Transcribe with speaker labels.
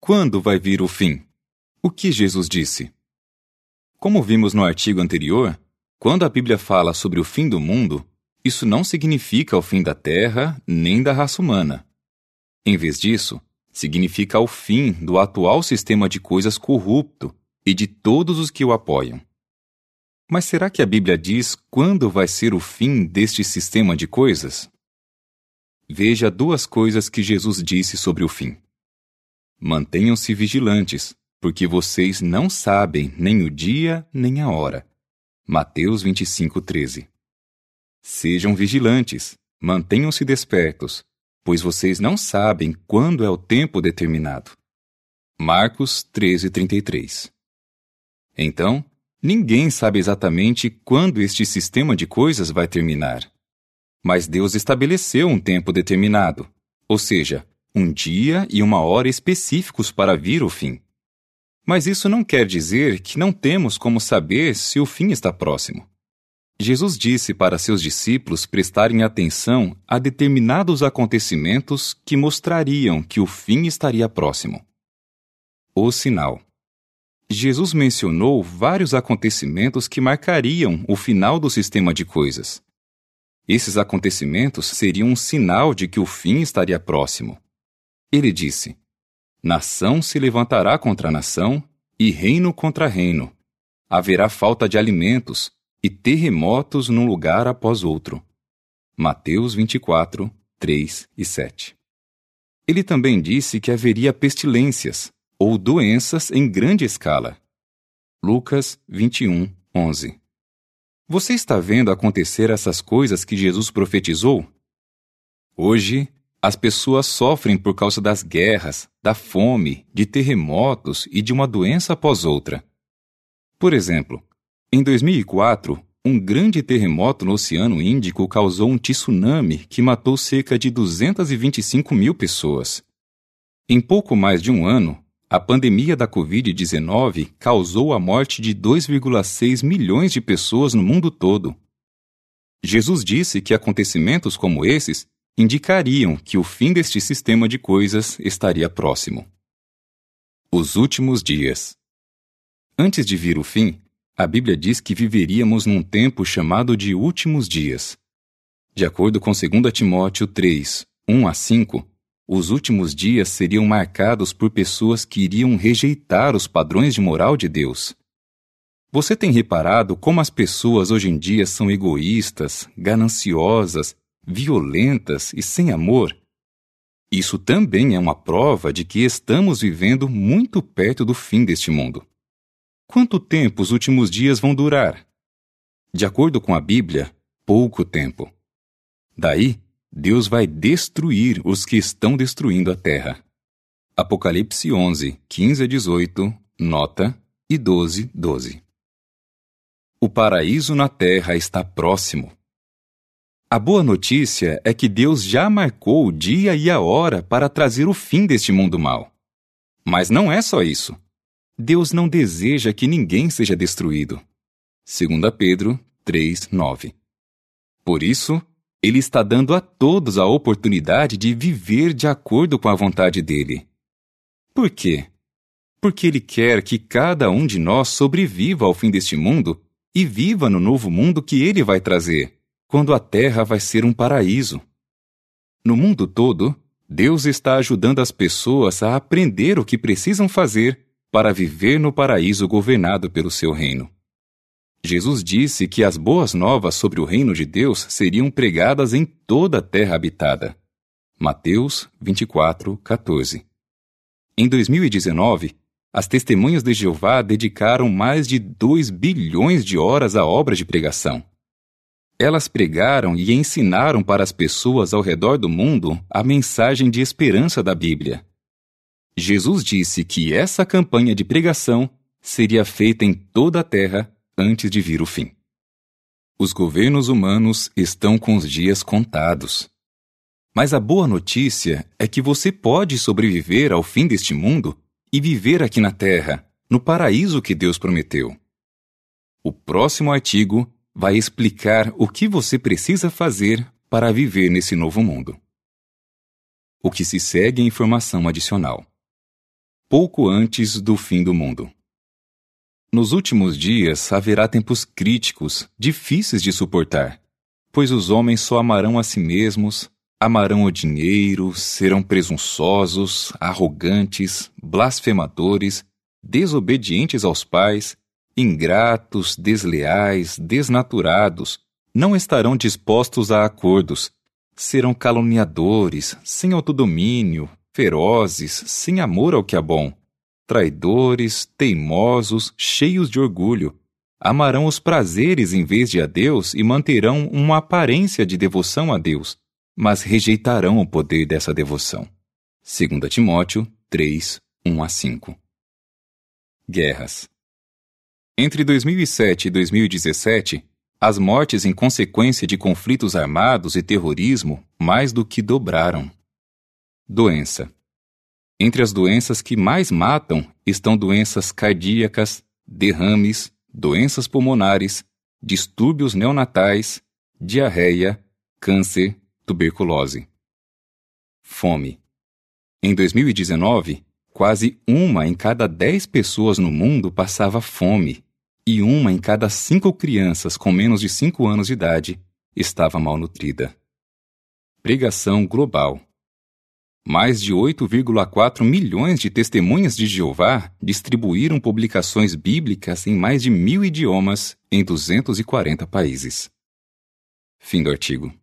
Speaker 1: Quando vai vir o fim? O que Jesus disse? Como vimos no artigo anterior, quando a Bíblia fala sobre o fim do mundo, isso não significa o fim da Terra nem da raça humana. Em vez disso, significa o fim do atual sistema de coisas corrupto e de todos os que o apoiam. Mas será que a Bíblia diz quando vai ser o fim deste sistema de coisas? Veja duas coisas que Jesus disse sobre o fim. Mantenham-se vigilantes, porque vocês não sabem nem o dia nem a hora. Mateus 25:13. Sejam vigilantes, mantenham-se despertos, pois vocês não sabem quando é o tempo determinado. Marcos 13:33. Então, ninguém sabe exatamente quando este sistema de coisas vai terminar. Mas Deus estabeleceu um tempo determinado, ou seja, um dia e uma hora específicos para vir o fim. Mas isso não quer dizer que não temos como saber se o fim está próximo. Jesus disse para seus discípulos prestarem atenção a determinados acontecimentos que mostrariam que o fim estaria próximo. O sinal. Jesus mencionou vários acontecimentos que marcariam o final do sistema de coisas. Esses acontecimentos seriam um sinal de que o fim estaria próximo. Ele disse: nação se levantará contra nação e reino contra reino. Haverá falta de alimentos e terremotos num lugar após outro. Mateus 24, 3 e 7. Ele também disse que haveria pestilências, ou doenças em grande escala. Lucas 21, 11. Você está vendo acontecer essas coisas que Jesus profetizou? Hoje, as pessoas sofrem por causa das guerras, da fome, de terremotos e de uma doença após outra. Por exemplo, em 2004, um grande terremoto no Oceano Índico causou um tsunami que matou cerca de 225 mil pessoas. Em pouco mais de um ano, a pandemia da Covid-19 causou a morte de 2,6 milhões de pessoas no mundo todo. Jesus disse que acontecimentos como esses indicariam que o fim deste sistema de coisas estaria próximo. Os últimos dias. Antes de vir o fim, a Bíblia diz que viveríamos num tempo chamado de últimos dias. De acordo com 2 Timóteo 3, 1 a 5, os últimos dias seriam marcados por pessoas que iriam rejeitar os padrões de moral de Deus. Você tem reparado como as pessoas hoje em dia são egoístas, gananciosas, violentas e sem amor? Isso também é uma prova de que estamos vivendo muito perto do fim deste mundo. Quanto tempo os últimos dias vão durar? De acordo com a Bíblia, pouco tempo. Daí, Deus vai destruir os que estão destruindo a terra. Apocalipse 11, 15 a 18, nota, e 12, 12. O paraíso na terra está próximo. A boa notícia é que Deus já marcou o dia e a hora para trazer o fim deste mundo mau. Mas não é só isso. Deus não deseja que ninguém seja destruído. 2 Pedro 3, 9. Por isso, Ele está dando a todos a oportunidade de viver de acordo com a vontade dEle. Por quê? Porque Ele quer que cada um de nós sobreviva ao fim deste mundo e viva no novo mundo que Ele vai trazer, quando a terra vai ser um paraíso. No mundo todo, Deus está ajudando as pessoas a aprender o que precisam fazer para viver no paraíso governado pelo seu reino. Jesus disse que as boas novas sobre o reino de Deus seriam pregadas em toda a terra habitada. Mateus 24, 14. Em 2019, as Testemunhas de Jeová dedicaram mais de 2 bilhões de horas à obra de pregação. Elas pregaram e ensinaram para as pessoas ao redor do mundo a mensagem de esperança da Bíblia. Jesus disse que essa campanha de pregação seria feita em toda a terra antes de vir o fim. Os governos humanos estão com os dias contados. Mas a boa notícia é que você pode sobreviver ao fim deste mundo e viver aqui na terra, no paraíso que Deus prometeu. O próximo artigo vai explicar o que você precisa fazer para viver nesse novo mundo. O que se segue é informação adicional. pouco antes do fim do mundo. Nos últimos dias haverá tempos críticos, difíceis de suportar, pois os homens só amarão a si mesmos, amarão o dinheiro, serão presunçosos, arrogantes, blasfemadores, desobedientes aos pais, ingratos, desleais, desnaturados, não estarão dispostos a acordos, serão caluniadores, sem autodomínio, ferozes, sem amor ao que é bom, traidores, teimosos, cheios de orgulho, amarão os prazeres em vez de a Deus e manterão uma aparência de devoção a Deus, mas rejeitarão o poder dessa devoção. 2 Timóteo 3, 1-5. Guerras. Entre 2007 e 2017, as mortes em consequência de conflitos armados e terrorismo mais do que dobraram. Doença. Entre as doenças que mais matam estão doenças cardíacas, derrames, doenças pulmonares, distúrbios neonatais, diarreia, câncer, tuberculose. Fome. Em 2019, quase 1 em cada 10 pessoas no mundo passava fome, e 1 em cada 5 crianças com menos de 5 anos de idade estava malnutrida. Pregação global. Mais de 8,4 milhões de testemunhas de Jeová distribuíram publicações bíblicas em mais de 1.000 idiomas em 240 países. Fim do artigo.